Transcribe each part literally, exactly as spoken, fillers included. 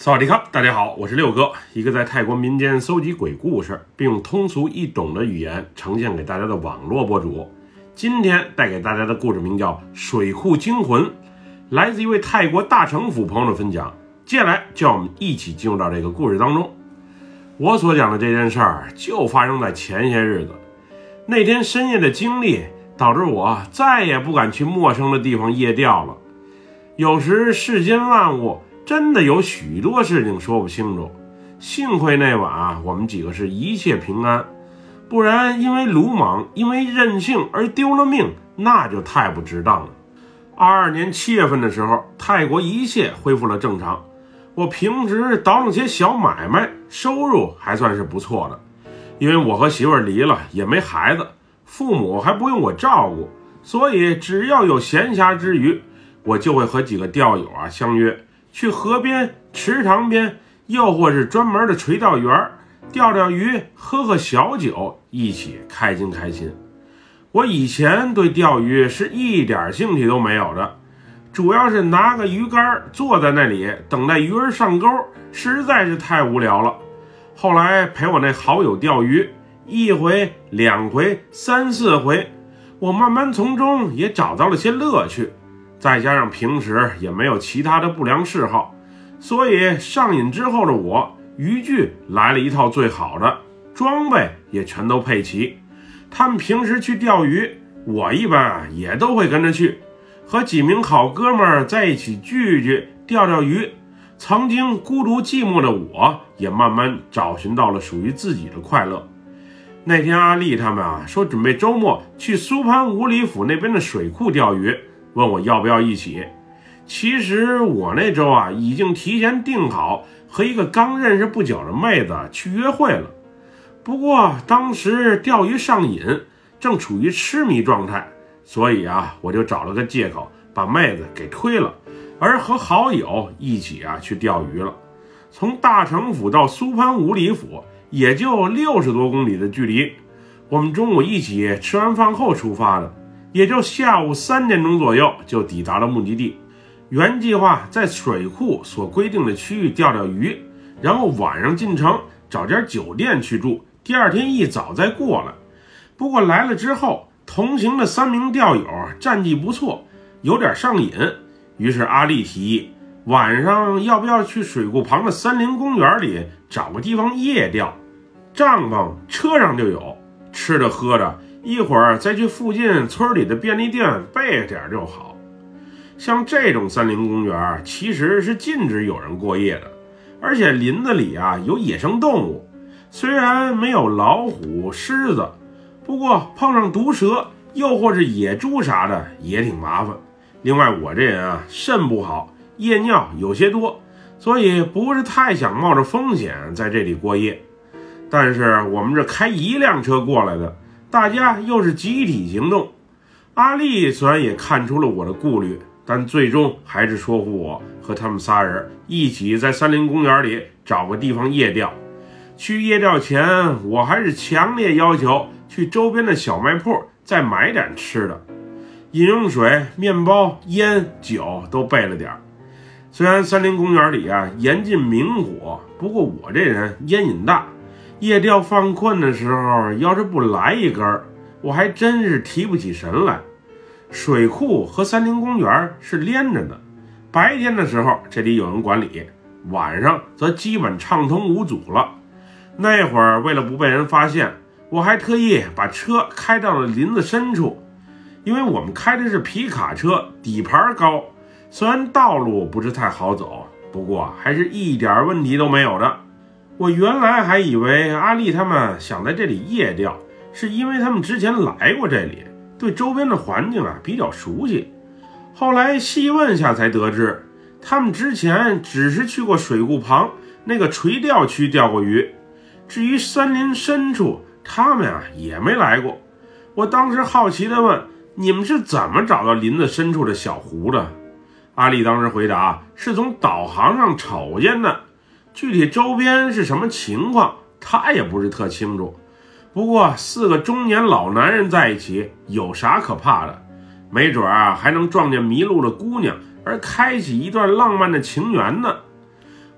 萨瓦迪卡，大家好，我是六哥，一个在泰国民间搜集鬼故事，并用通俗易懂的语言呈现给大家的网络博主。今天带给大家的故事名叫《水库惊魂》，来自一位泰国大城府朋友的分享。接下来就让我们一起进入到这个故事当中。我所讲的这件事儿就发生在前些日子，那天深夜的经历导致我再也不敢去陌生的地方夜钓了。有时世间万物真的有许多事情说不清楚，幸亏那晚啊，我们几个是一切平安，不然因为鲁莽，因为任性而丢了命，那就太不值当了。二二年七月份的时候，泰国一切恢复了正常，我平时倒腾些小买卖，收入还算是不错的，因为我和媳妇儿离了，也没孩子，父母还不用我照顾，所以只要有闲暇之余，我就会和几个钓友啊相约去河边、池塘边，又或是专门的垂钓园钓钓鱼，喝喝小酒，一起开心开心。我以前对钓鱼是一点兴趣都没有的，主要是拿个鱼竿坐在那里等待鱼儿上钩，实在是太无聊了。后来陪我那好友钓鱼，一回两回三四回，我慢慢从中也找到了些乐趣，再加上平时也没有其他的不良嗜好，所以上瘾之后的我，渔具来了一套最好的，装备也全都配齐。他们平时去钓鱼，我一般啊也都会跟着去，和几名好哥们儿在一起聚聚钓钓鱼。曾经孤独寂寞的我，也慢慢找寻到了属于自己的快乐。那天阿丽他们啊说准备周末去苏潘五里府那边的水库钓鱼，问我要不要一起。其实我那周啊已经提前订好和一个刚认识不久的妹子去约会了，不过当时钓鱼上瘾，正处于痴迷状态，所以啊我就找了个借口把妹子给推了，而和好友一起啊去钓鱼了。从大城府到苏潘五里府也就六十多公里的距离，我们中午一起吃完饭后出发的，也就下午三点钟左右就抵达了目的地。原计划在水库所规定的区域钓钓鱼，然后晚上进城找间酒店去住，第二天一早再过来。不过来了之后，同行的三名钓友战绩不错，有点上瘾，于是阿丽提议晚上要不要去水库旁的森林公园里找个地方夜钓，帐篷车上就有，吃的喝的一会儿再去附近村里的便利店备点就好。像这种森林公园其实是禁止有人过夜的，而且林子里啊有野生动物，虽然没有老虎、狮子，不过碰上毒蛇又或是野猪啥的也挺麻烦。另外我这人啊肾不好，夜尿有些多，所以不是太想冒着风险在这里过夜。但是我们这开一辆车过来的，大家又是集体行动，阿丽虽然也看出了我的顾虑，但最终还是说服我和他们仨人一起在森林公园里找个地方夜钓。去夜钓前，我还是强烈要求去周边的小卖铺再买点吃的，饮用水、面包、烟、酒都备了点。虽然森林公园里啊严禁明火，不过我这人烟瘾大，夜钓犯困的时候要是不来一根，我还真是提不起神来。水库和森林公园是连着的，白天的时候这里有人管理，晚上则基本畅通无阻了。那会儿为了不被人发现，我还特意把车开到了林子深处，因为我们开的是皮卡车，底盘高，虽然道路不是太好走，不过还是一点问题都没有的。我原来还以为阿丽他们想在这里夜钓，是因为他们之前来过这里，对周边的环境啊比较熟悉。后来细问下才得知，他们之前只是去过水库旁那个垂钓区钓过鱼，至于森林深处他们啊也没来过。我当时好奇地问，你们是怎么找到林子深处的小湖的？阿丽当时回答，是从导航上瞅见的，具体周边是什么情况他也不是特清楚。不过四个中年老男人在一起有啥可怕的，没准啊还能撞见迷路的姑娘而开启一段浪漫的情缘呢。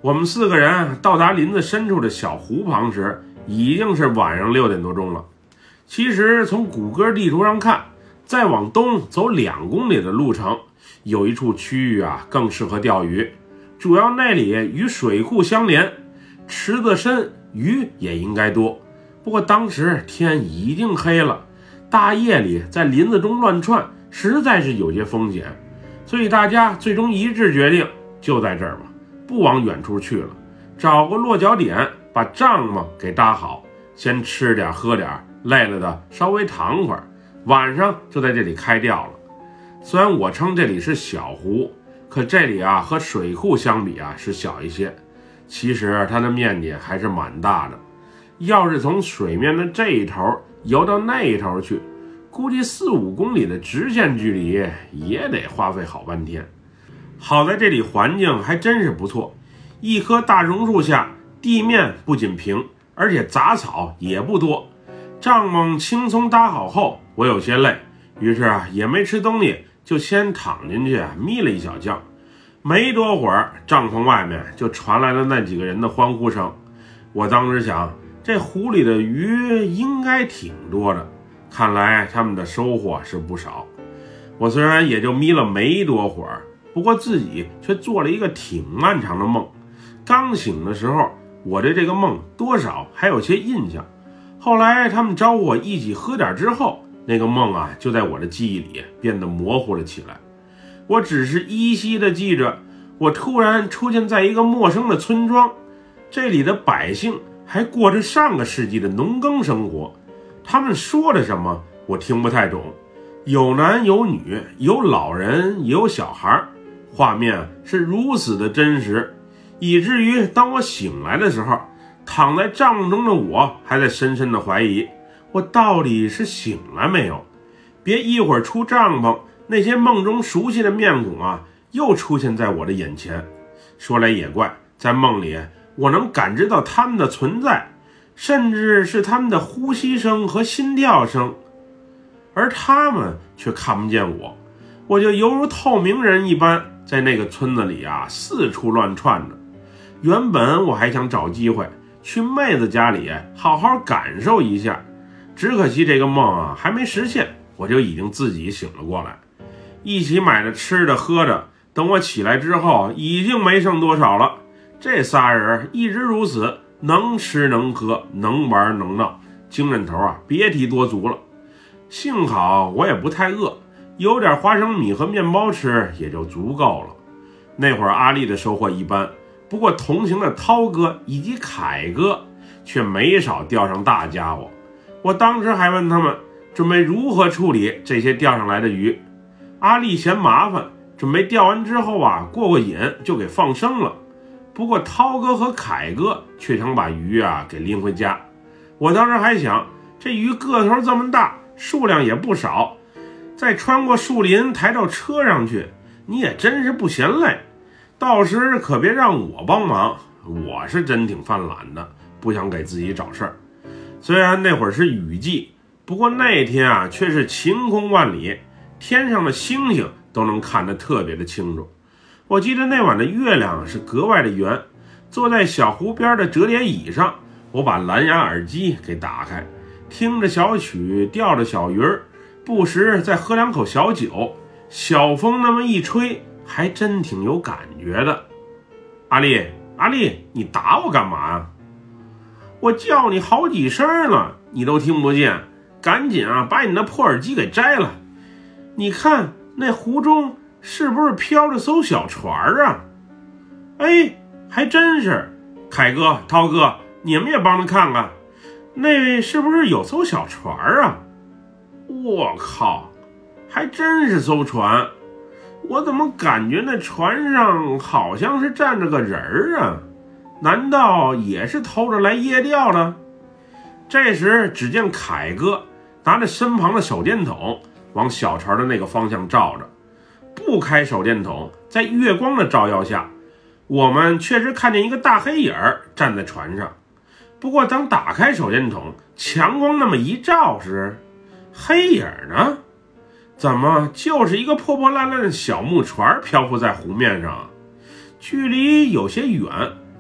我们四个人到达林子深处的小湖旁时，已经是晚上六点多钟了。其实从谷歌地图上看，再往东走两公里的路程，有一处区域啊更适合钓鱼，主要那里与水库相连，池子深，鱼也应该多。不过当时天已经黑了，大夜里在林子中乱窜实在是有些风险，所以大家最终一致决定就在这儿吧，不往远处去了，找个落脚点把帐篷给搭好，先吃点喝点，累了的稍微躺会儿，晚上就在这里开钓了。虽然我称这里是小湖，可这里啊和水库相比啊是小一些，其实它的面积还是蛮大的。要是从水面的这一头游到那一头去，估计四五公里的直线距离也得花费好半天。好在这里环境还真是不错，一棵大榕树下，地面不仅平，而且杂草也不多。帐篷轻松搭好后，我有些累，于是啊也没吃东西，就先躺进去眯了一小觉。没多会儿，帐篷外面就传来了那几个人的欢呼声。我当时想，这湖里的鱼应该挺多的，看来他们的收获是不少。我虽然也就眯了没多会儿，不过自己却做了一个挺漫长的梦。刚醒的时候，我对这个梦多少还有些印象。后来他们招呼我一起喝点之后，那个梦啊就在我的记忆里变得模糊了起来。我只是依稀的记着，我突然出现在一个陌生的村庄，这里的百姓还过着上个世纪的农耕生活。他们说了什么我听不太懂，有男有女，有老人也有小孩，画面是如此的真实，以至于当我醒来的时候，躺在帐篷中的我还在深深的怀疑，我到底是醒了没有。别一会儿出帐篷，那些梦中熟悉的面孔啊又出现在我的眼前。说来也怪，在梦里我能感知到他们的存在，甚至是他们的呼吸声和心跳声，而他们却看不见我。我就犹如透明人一般，在那个村子里啊四处乱窜着。原本我还想找机会去妹子家里好好感受一下，只可惜这个梦啊还没实现，我就已经自己醒了过来。一起买的吃的喝的，等我起来之后已经没剩多少了。这仨人一直如此，能吃能喝，能玩能闹，精神头啊别提多足了。幸好我也不太饿，有点花生米和面包吃也就足够了。那会儿阿丽的收获一般，不过同行的涛哥以及凯哥却没少钓上大家伙。我当时还问他们准备如何处理这些钓上来的鱼。阿丽嫌麻烦，准备钓完之后啊过过瘾就给放生了。不过涛哥和凯哥却想把鱼啊给拎回家。我当时还想，这鱼个头这么大，数量也不少，再穿过树林抬到车上去，你也真是不嫌累。到时可别让我帮忙，我是真挺犯懒的，不想给自己找事儿。虽然那会儿是雨季，不过那天啊却是晴空万里，天上的星星都能看得特别的清楚。我记得那晚的月亮是格外的圆，坐在小湖边的折叠椅上，我把蓝牙耳机给打开，听着小曲，钓着小鱼儿，不时再喝两口小酒，小风那么一吹，还真挺有感觉的。阿丽，阿丽，你打我干嘛呀？我叫你好几声了，你都听不见，赶紧啊把你那破耳机给摘了。你看那湖中是不是飘着艘小船啊？哎，还真是。凯哥、涛哥，你们也帮着看看，那是不是有艘小船啊？我靠，还真是艘船。我怎么感觉那船上好像是站着个人儿啊？难道也是偷着来夜钓的？这时只见凯哥拿着身旁的手电筒往小船的那个方向照着，不开手电筒，在月光的照耀下，我们确实看见一个大黑影站在船上。不过当打开手电筒，强光那么一照时，黑影呢？怎么就是一个破破烂烂的小木船漂浮在湖面上？距离有些远，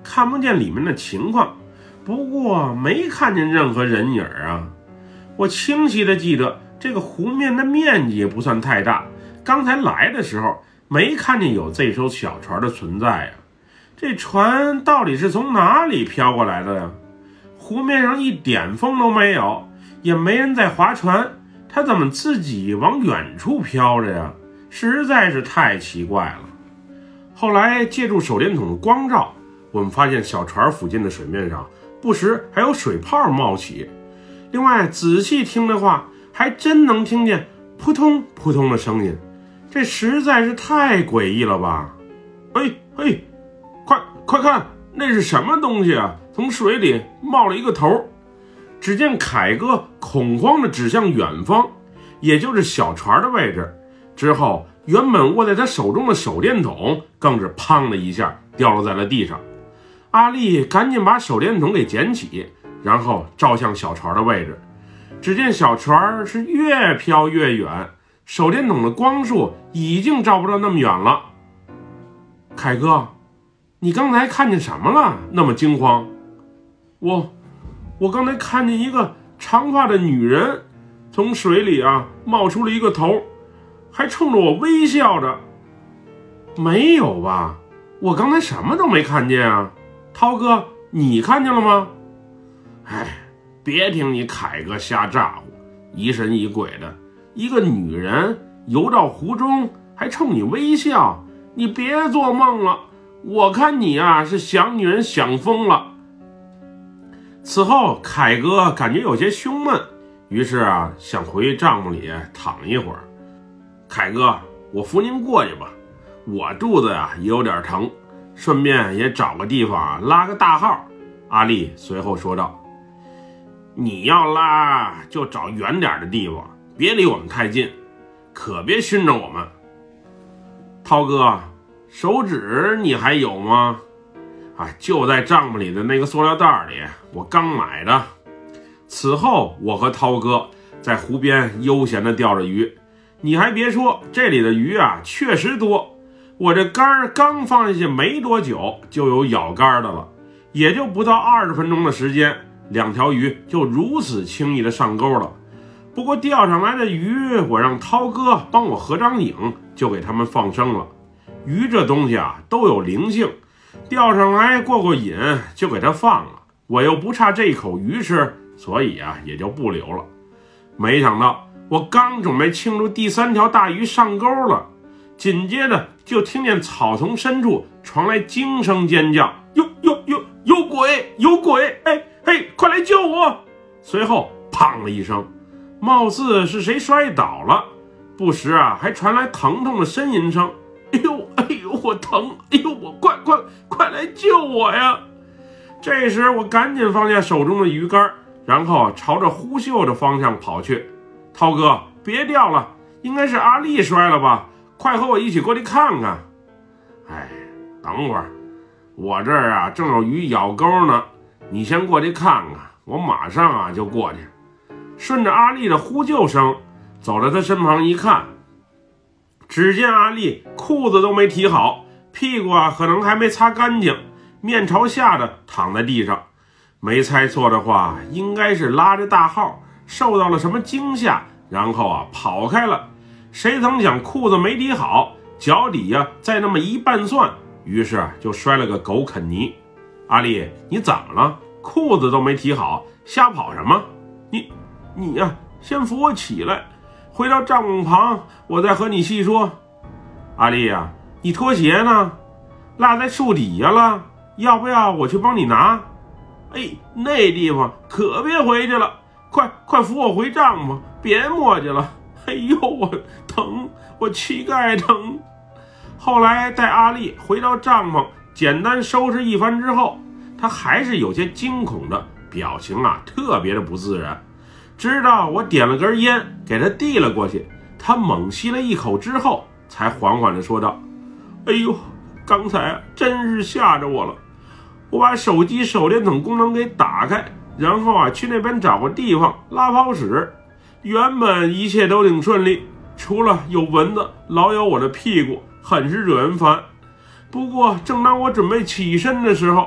看不见里面的情况，不过没看见任何人影啊。我清晰的记得这个湖面的面积也不算太大，刚才来的时候没看见有这艘小船的存在呀。这船到底是从哪里飘过来的呀？湖面上一点风都没有，也没人在划船，它怎么自己往远处飘着呀？实在是太奇怪了。后来借助手电筒的光照，我们发现小船附近的水面上不时还有水泡冒起，另外仔细听的话，还真能听见扑通扑通的声音，这实在是太诡异了吧。哎哎，快快看，那是什么东西啊？从水里冒了一个头。只见凯哥恐慌地指向远方，也就是小船的位置。之后原本握在他手中的手电筒更是砰的一下掉落在了地上。阿丽赶紧把手电筒给捡起，然后照向小船的位置。只见小船是越飘越远，手电筒的光束已经照不到那么远了。凯哥，你刚才看见什么了？那么惊慌。我我刚才看见一个长发的女人从水里啊冒出了一个头，还冲着我微笑着。没有吧，我刚才什么都没看见啊。涛哥，你看见了吗？哎，别听你凯哥瞎咋呼，疑神疑鬼的，一个女人游到湖中还冲你微笑，你别做梦了，我看你啊是想女人想疯了。此后凯哥感觉有些胸闷，于是啊想回帐篷里躺一会儿。凯哥，我扶您过去吧，我肚子呀也有点疼，顺便也找个地方拉个大号。阿丽随后说道。你要拉就找远点的地方，别离我们太近，可别熏着我们。涛哥，手指你还有吗？啊，就在帐篷里的那个塑料袋里，我刚买的。此后我和涛哥在湖边悠闲地钓着鱼，你还别说，这里的鱼啊确实多。我这竿刚放下去没多久，就有咬竿的了，也就不到二十分钟的时间，两条鱼就如此轻易的上钩了。不过钓上来的鱼，我让涛哥帮我合张影，就给他们放生了。鱼这东西啊都有灵性，钓上来过过瘾就给它放了，我又不差这一口鱼吃，所以啊也就不留了。没想到我刚准备庆祝第三条大鱼上钩了，紧接着就听见草丛深处传来惊声尖叫，有有有有鬼有鬼，哎嘿，快来救我！随后砰了一声，貌似是谁摔倒了，不时啊还传来疼痛的呻吟声。哎呦哎呦我疼，哎呦我快快快来救我呀！这时我赶紧放下手中的鱼竿，然后朝着呼救的方向跑去。涛哥，别掉了，应该是阿丽摔了吧，快和我一起过去看看。哎，等会儿，我这儿啊正有鱼咬钩呢，你先过去看看，我马上啊就过去。顺着阿丽的呼救声走到他身旁一看，只见阿丽裤子都没提好，屁股啊可能还没擦干净，面朝下的躺在地上。没猜错的话，应该是拉着大号受到了什么惊吓，然后啊跑开了。谁曾想裤子没提好，脚底呀、啊、再那么一拌蒜，于是就摔了个狗啃泥。阿丽，你怎么了？裤子都没提好，瞎跑什么？你你呀、啊，先扶我起来，回到帐篷旁，我再和你细说。阿丽呀、啊，你拖鞋呢？落在树底下了，要不要我去帮你拿？哎，那地方可别回去了，快快扶我回帐篷，别磨叽了。哎呦，我疼，我膝盖疼。后来带阿丽回到帐篷，简单收拾一番之后，他还是有些惊恐的表情啊，特别的不自然。直到我点了根烟给他递了过去，他猛吸了一口之后，才缓缓地说道：哎呦，刚才啊真是吓着我了。我把手机手电筒功能给打开，然后啊去那边找个地方拉泡屎。原本一切都挺顺利，除了有蚊子老咬我的屁股，很是惹人烦。不过正当我准备起身的时候，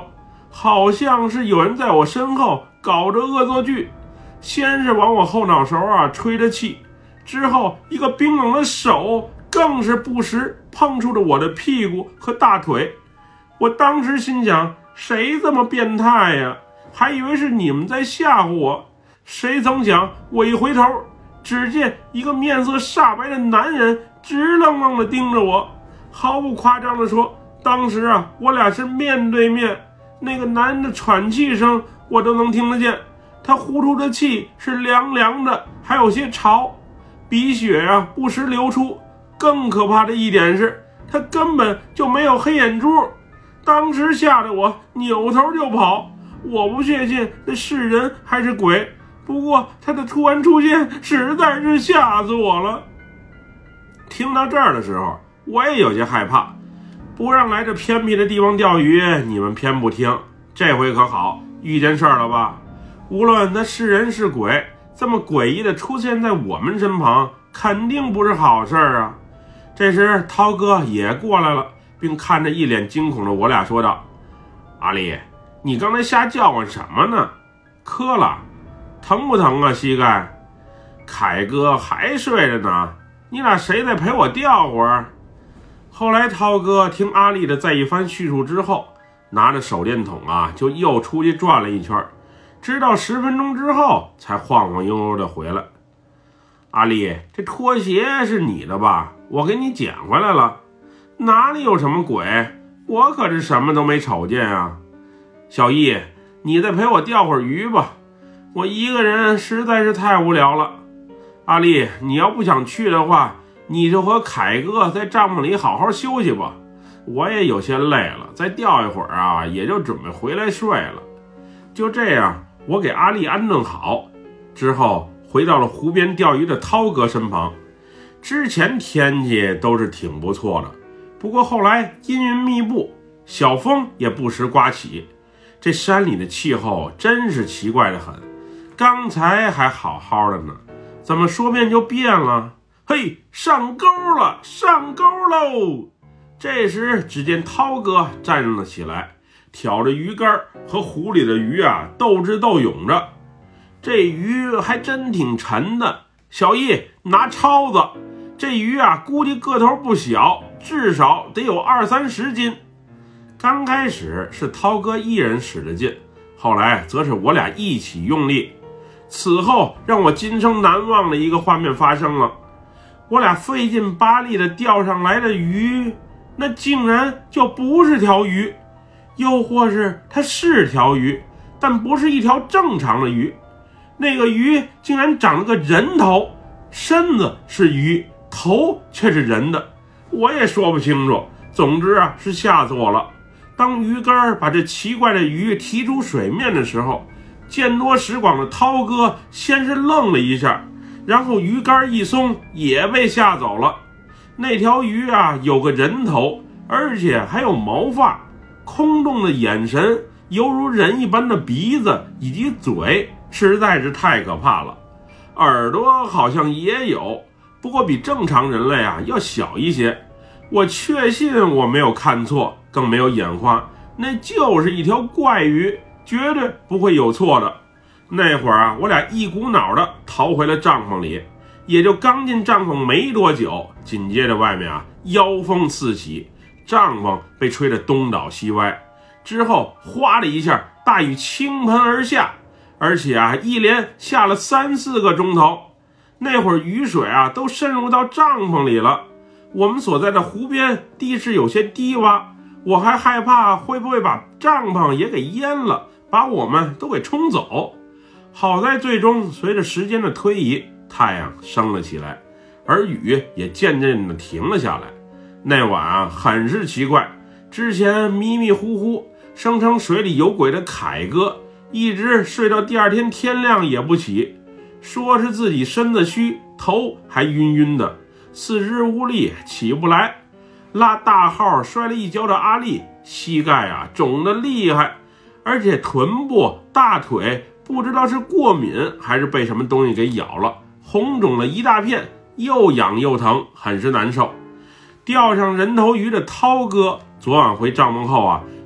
好像是有人在我身后搞着恶作剧，先是往我后脑勺啊吹着气，之后一个冰冷的手更是不时碰触着我的屁股和大腿。我当时心想，谁这么变态呀？还以为是你们在吓唬我。谁曾想我一回头，只见一个面色煞白的男人直愣愣地盯着我。毫不夸张地说，当时啊，我俩是面对面，那个男人的喘气声我都能听得见，他呼出的气是凉凉的，还有些潮，鼻血啊不时流出。更可怕的一点是，他根本就没有黑眼珠。当时吓得我扭头就跑，我不确信那是人还是鬼，不过他的突然出现实在是吓死我了。听到这儿的时候，我也有些害怕，不让来这偏僻的地方钓鱼，你们偏不听。这回可好，遇见事儿了吧？无论他是人是鬼，这么诡异的出现在我们身旁，肯定不是好事儿啊。这时涛哥也过来了，并看着一脸惊恐的我俩说道：阿丽，你刚才瞎叫唤什么呢？磕了？疼不疼啊膝盖？凯哥还睡着呢，你俩谁再陪我钓会儿？后来涛哥听阿丽的再一番叙述之后，拿着手电筒啊就又出去转了一圈，直到十分钟之后才晃晃悠悠的回来。阿丽，这拖鞋是你的吧？我给你捡回来了。哪里有什么鬼？我可是什么都没瞅见啊。小易，你再陪我钓会儿鱼吧，我一个人实在是太无聊了。阿丽，你要不想去的话，你就和凯哥在帐篷里好好休息吧，我也有些累了，再钓一会儿啊，也就准备回来睡了。就这样，我给阿丽安顿好之后，回到了湖边钓鱼的涛哥身旁。之前天气都是挺不错的，不过后来阴云密布，小风也不时刮起，这山里的气候真是奇怪得很。刚才还好好的呢，怎么说变就变了？嘿，上钩了，上钩喽！这时只见涛哥站了起来，挑着鱼竿和湖里的鱼啊斗智斗勇着。这鱼还真挺沉的，小易拿抄子，这鱼啊估计个头不小，至少得有二三十斤。刚开始是涛哥一人使着劲，后来则是我俩一起用力。此后让我今生难忘的一个画面发生了，我俩费劲巴力的钓上来的鱼，那竟然就不是条鱼，又或是它是条鱼，但不是一条正常的鱼。那个鱼竟然长了个人头，身子是鱼，头却是人的，我也说不清楚。总之啊，是吓死我了。当鱼竿把这奇怪的鱼提出水面的时候，见多识广的涛哥先是愣了一下，然后鱼竿一松，也被吓走了。那条鱼啊，有个人头，而且还有毛发，空洞的眼神，犹如人一般的鼻子以及嘴，实在是太可怕了。耳朵好像也有，不过比正常人类啊要小一些。我确信我没有看错，更没有眼花，那就是一条怪鱼，绝对不会有错的。那会儿啊，我俩一股脑的逃回了帐篷里，也就刚进帐篷没多久，紧接着外面啊妖风四起，帐篷被吹得东倒西歪，之后哗的一下，大雨倾盆而下，而且啊一连下了三四个钟头。那会儿雨水啊都渗入到帐篷里了，我们所在的湖边地势有些低洼，我还害怕会不会把帐篷也给淹了，把我们都给冲走。好在最终随着时间的推移，太阳升了起来，而雨也渐渐的停了下来。那晚啊很是奇怪，之前迷迷糊糊声称水里有鬼的凯哥，一直睡到第二天天亮也不起，说是自己身子虚，头还晕晕的，四肢无力起不来。拉大号摔了一跤的阿丽，膝盖啊肿得厉害，而且臀部大腿不知道是过敏还是被什么东西给咬了，红肿了一大片，又痒又疼，很是难受。钓上人头鱼的涛哥昨晚回帐篷后啊，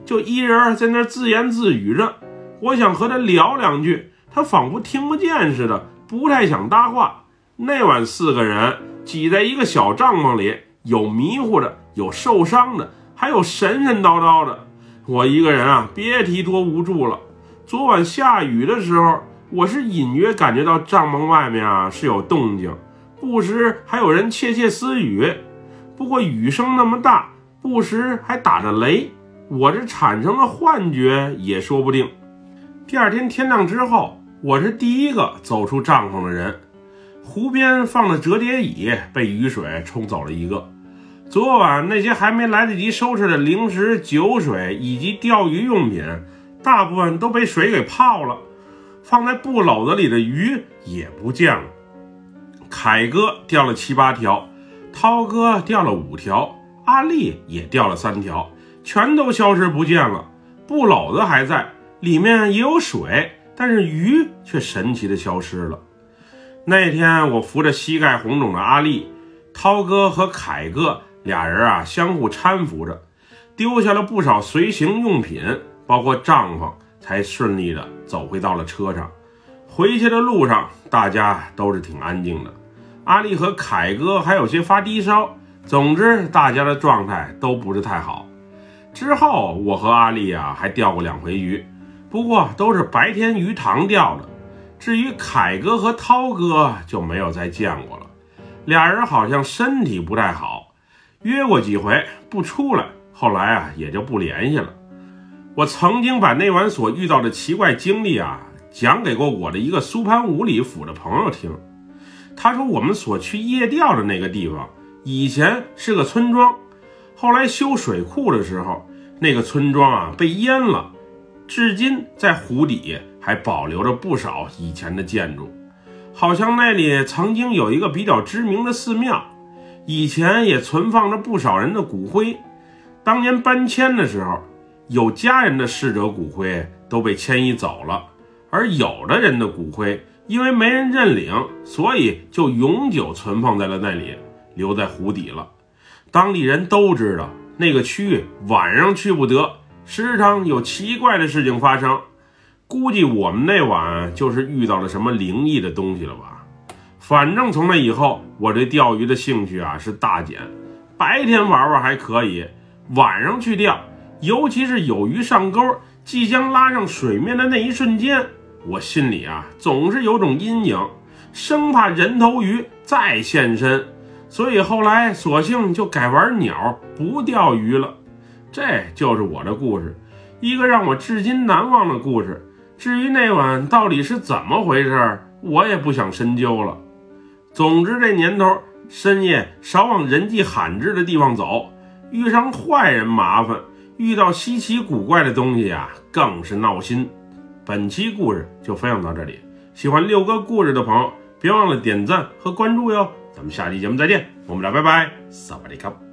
就一人在那自言自语着。我想和他聊两句，他仿佛听不见似的，不太想搭话。那晚四个人挤在一个小帐篷里，有迷糊的，有受伤的，还有神神叨叨的。我一个人啊，别提多无助了。昨晚下雨的时候，我是隐约感觉到帐篷外面啊是有动静，不时还有人窃窃私语。不过雨声那么大，不时还打着雷，我这产生了幻觉也说不定。第二天天亮之后，我是第一个走出帐篷的人。湖边放的折叠椅被雨水冲走了一个。昨晚那些还没来得及收拾的零食、酒水以及钓鱼用品，大部分都被水给泡了。放在布篓子里的鱼也不见了。凯哥掉了七八条，涛哥掉了五条，阿丽也掉了三条，全都消失不见了。布篓子还在，里面也有水，但是鱼却神奇的消失了。那天我扶着膝盖红肿的阿丽，涛哥和凯哥俩人啊相互搀扶着，丢下了不少随行用品，包括帐篷，才顺利的走回到了车上。回去的路上大家都是挺安静的，阿丽和凯哥还有些发低烧，总之大家的状态都不是太好。之后我和阿丽啊还钓过两回鱼，不过都是白天鱼塘钓的。至于凯哥和涛哥就没有再见过了，俩人好像身体不太好，约过几回不出来，后来啊也就不联系了。我曾经把那晚所遇到的奇怪经历啊讲给过我的一个苏潘五里府的朋友听。他说我们所去夜钓的那个地方以前是个村庄，后来修水库的时候，那个村庄啊被淹了，至今在湖底还保留着不少以前的建筑。好像那里曾经有一个比较知名的寺庙，以前也存放着不少人的骨灰。当年搬迁的时候，有家人的逝者骨灰都被迁移走了，而有的人的骨灰因为没人认领，所以就永久存放在了那里，留在湖底了。当地人都知道那个区域晚上去不得，时常有奇怪的事情发生。估计我们那晚就是遇到了什么灵异的东西了吧。反正从那以后，我对钓鱼的兴趣啊是大减，白天玩玩还可以，晚上去钓，尤其是有鱼上钩，即将拉上水面的那一瞬间，我心里啊总是有种阴影，生怕人头鱼再现身，所以后来索性就改玩鸟，不钓鱼了。这就是我的故事，一个让我至今难忘的故事。至于那晚到底是怎么回事，我也不想深究了。总之这年头深夜少往人迹罕至的地方走，遇上坏人麻烦，遇到稀奇古怪的东西啊更是闹心。本期故事就分享到这里，喜欢六哥故事的朋友别忘了点赞和关注哟。咱们下期节目再见，我们俩拜拜，萨瓦迪卡。